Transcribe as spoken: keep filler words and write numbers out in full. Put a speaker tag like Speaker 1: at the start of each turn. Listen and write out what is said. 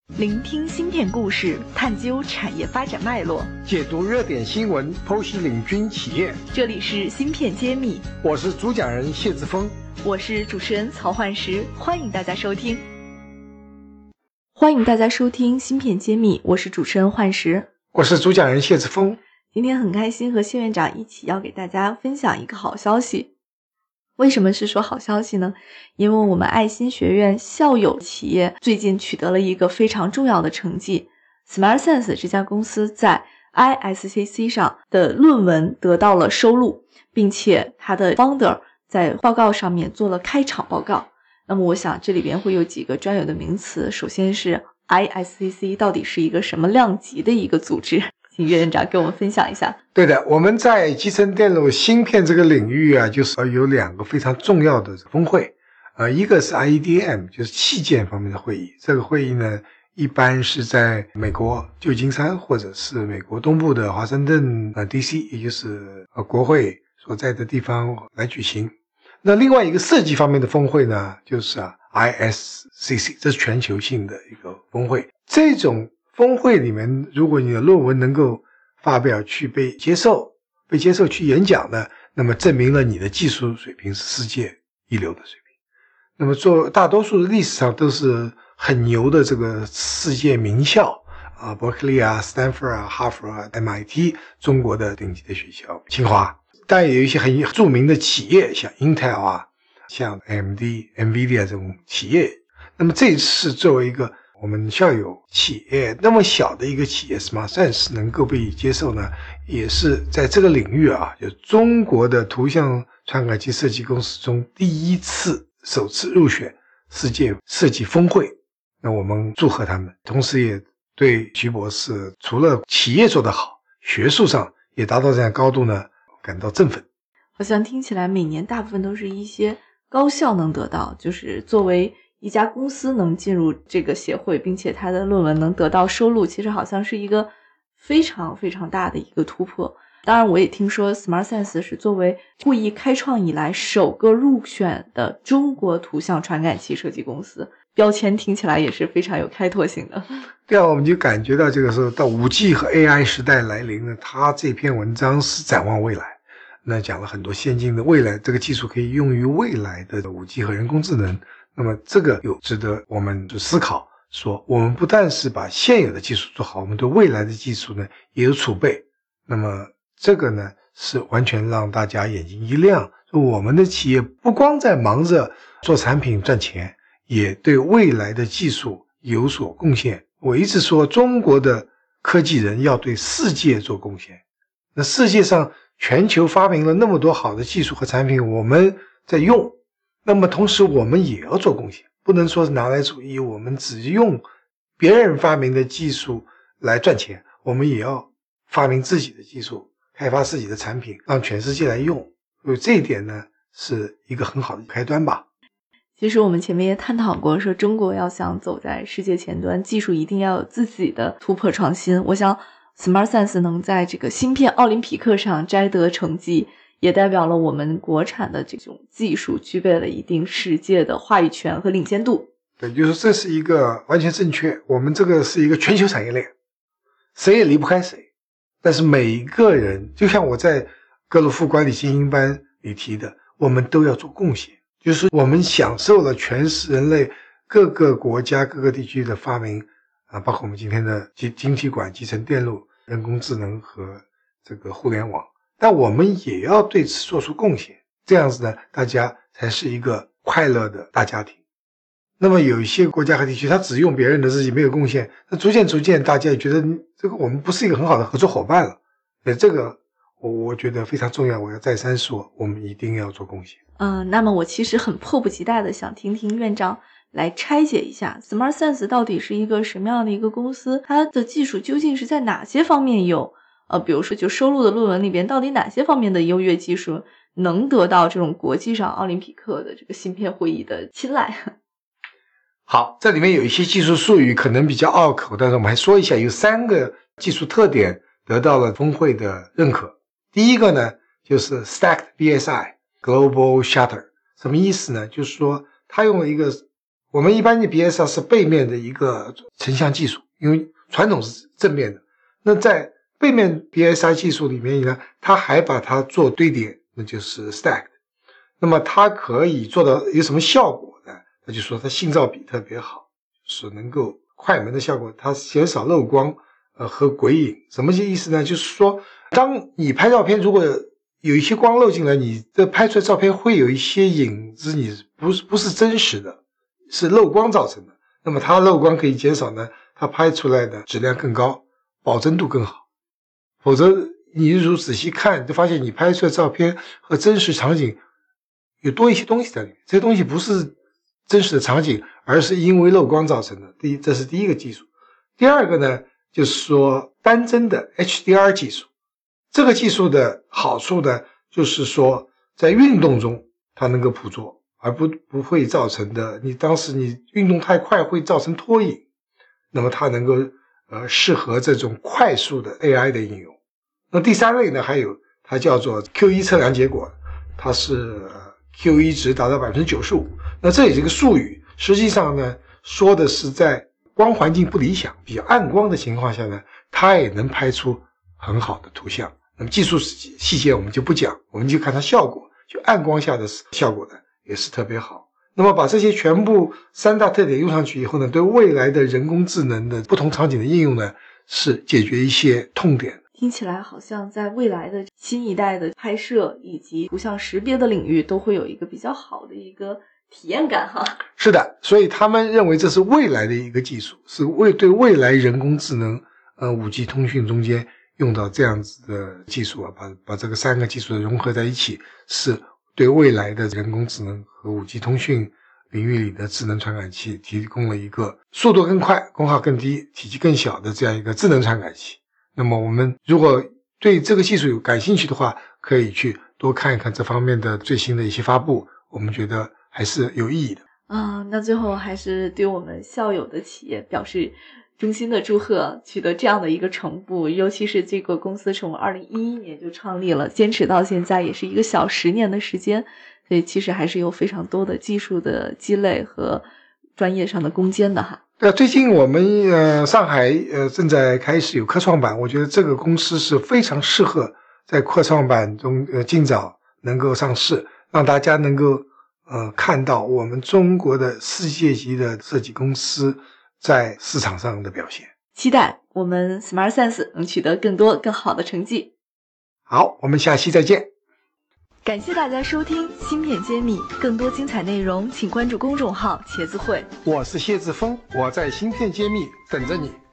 Speaker 1: 聆听芯片故事，探究产业发展脉络，
Speaker 2: 解读热点新闻，剖析领军企业。
Speaker 1: 这里是芯片揭秘，
Speaker 2: 我是主讲人谢志峰，
Speaker 1: 我是主持人曹焕石，欢迎大家收听。欢迎大家收听芯片揭秘，我是主持人焕石，
Speaker 2: 我是主讲人谢志峰。
Speaker 1: 今天很开心和谢院长一起要给大家分享一个好消息。为什么是说好消息呢？因为我们爱心学院校友企业最近取得了一个非常重要的成绩， SmartSense 这家公司在 I S C C 上的论文得到了收录，并且他的 founder 在报告上面做了开场报告。那么我想这里边会有几个专有的名词，首先是 I S C C 到底是一个什么量级的一个组织，请岳院长给我们分享一下。
Speaker 2: 对的，我们在集成电路芯片这个领域啊，就是有两个非常重要的峰会，呃，一个是 I E D M， 就是器件方面的会议。这个会议呢，一般是在美国旧金山或者是美国东部的华盛顿呃 D C， 也就是呃国会所在的地方来举行。那另外一个设计方面的峰会呢，就是啊 I S C C， 这是全球性的一个峰会。这种峰会里面，如果你的论文能够发表去被接受，被接受去演讲的，那么证明了你的技术水平是世界一流的水平。那么做大多数的历史上都是很牛的这个世界名校啊，伯克利啊、斯坦福啊、哈佛啊、M I T， 中国的顶级的学校，清华。但也有一些很著名的企业，像 Intel 啊，像 A M D、Nvidia 这种企业。那么这次作为一个我们校友企业那么小的一个企业 SmartSense 能够被接受呢，也是在这个领域啊，就中国的图像传感器设计公司中第一次首次入选世界设计峰会。那我们祝贺他们，同时也对徐博士除了企业做得好，学术上也达到这样高度呢感到振奋。
Speaker 1: 好像听起来每年大部分都是一些高校能得到，就是作为一家公司能进入这个协会，并且他的论文能得到收录，其实好像是一个非常非常大的一个突破。当然我也听说 SmartSense 是作为故意开创以来首个入选的中国图像传感器设计公司，标签听起来也是非常有开拓性的。
Speaker 2: 对啊，我们就感觉到这个时候到 五 G 和 A I 时代来临了，他这篇文章是展望未来，那讲了很多先进的未来，这个技术可以用于未来的 五 G 和人工智能。那么这个有值得我们去思考，说我们不但是把现有的技术做好，我们对未来的技术呢也有储备。那么这个呢是完全让大家眼睛一亮，说我们的企业不光在忙着做产品赚钱，也对未来的技术有所贡献。我一直说中国的科技人要对世界做贡献，那世界上全球发明了那么多好的技术和产品，我们在用，那么同时我们也要做贡献，不能说是拿来主义，我们只用别人发明的技术来赚钱，我们也要发明自己的技术，开发自己的产品，让全世界来用。所以这一点呢是一个很好的开端吧。
Speaker 1: 其实我们前面也探讨过，说中国要想走在世界前端，技术一定要有自己的突破创新。我想 SmartSense 能在这个芯片奥林匹克上摘得成绩，也代表了我们国产的这种技术具备了一定世界的话语权和领先度。
Speaker 2: 对，就是这是一个完全正确，我们这个是一个全球产业链，谁也离不开谁。但是每一个人，就像我在格鲁夫管理精英班里提的，我们都要做贡献，就是我们享受了全是人类各个国家各个地区的发明啊，包括我们今天的晶体管、集成电路、人工智能和这个互联网，但我们也要对此做出贡献，这样子呢，大家才是一个快乐的大家庭。那么有一些国家和地区，他只用别人的自己没有贡献，那逐渐逐渐大家也觉得这个我们不是一个很好的合作伙伴了。所以这个我我觉得非常重要，我要再三说，我们一定要做贡献。
Speaker 1: 嗯、呃，那么我其实很迫不及待的想听听院长来拆解一下 SmartSense 到底是一个什么样的一个公司，它的技术究竟是在哪些方面有呃，比如说就收录的论文里边到底哪些方面的优越技术能得到这种国际上奥林匹克的这个芯片会议的青睐。
Speaker 2: 好，这里面有一些技术术语可能比较拗口，但是我们还说一下，有三个技术特点得到了峰会的认可。第一个呢就是 Stacked B S I Global Shutter， 什么意思呢？就是说它用了一个我们一般的 B S R 是背面的一个成像技术，因为传统是正面的。那在背面 B S R 技术里面呢，它还把它做堆叠，那就是 stack。那么它可以做到有什么效果呢？那就说它信噪比特别好，是能够快门的效果，它减少漏光呃和鬼影。什么意思呢？就是说当你拍照片，如果有一些光漏进来，你的拍出来照片会有一些影子，你不是不是真实的，是漏光造成的。那么它漏光可以减少呢，它拍出来的质量更高，保真度更好。否则你如果仔细看，就发现你拍出来的照片和真实场景有多一些东西在里面，这些东西不是真实的场景，而是因为漏光造成的。第一，这是第一个技术。第二个呢，就是说单帧的 H D R 技术。这个技术的好处呢，就是说在运动中它能够捕捉，而不不会造成的，你当时你运动太快会造成拖影，那么它能够呃适合这种快速的 A I 的应用。那第三类呢，还有它叫做 Q 一 测量结果，它是 Q 一 值达到 百分之九十五。 那这也是一个术语，实际上呢说的是在光环境不理想比较暗光的情况下呢，它也能拍出很好的图像。那么技术细节我们就不讲，我们就看它效果，就暗光下的效果呢也是特别好。那么把这些全部三大特点用上去以后呢，对未来的人工智能的不同场景的应用呢，是解决一些痛点。
Speaker 1: 听起来好像在未来的新一代的拍摄以及图像识别的领域都会有一个比较好的一个体验感哈。
Speaker 2: 是的，所以他们认为这是未来的一个技术，是为对未来人工智能呃 五 G 通讯中间用到这样子的技术啊，把把这个三个技术融合在一起，是对未来的人工智能和 五 G 通讯领域里的智能传感器提供了一个速度更快、功耗更低、体积更小的这样一个智能传感器。那么我们如果对这个技术有感兴趣的话，可以去多看一看这方面的最新的一些发布，我们觉得还是有意义的。
Speaker 1: 啊，那最后还是对我们校友的企业表示衷心的祝贺，取得这样的一个成绩，尤其是这个公司从二零一一年就创立了，坚持到现在也是一个小十年的时间，所以其实还是有非常多的技术的积累和专业上的攻坚的哈。
Speaker 2: 对，最近我们呃上海呃正在开始有科创板，我觉得这个公司是非常适合在科创板中呃尽早能够上市，让大家能够呃看到我们中国的世界级的设计公司在市场上的表现。
Speaker 1: 期待我们 Smart Sense 能取得更多更好的成绩。
Speaker 2: 好，我们下期再见。
Speaker 1: 感谢大家收听芯片揭秘，更多精彩内容请关注公众号茄子会。
Speaker 2: 我是谢志峰，我在芯片揭秘等着你。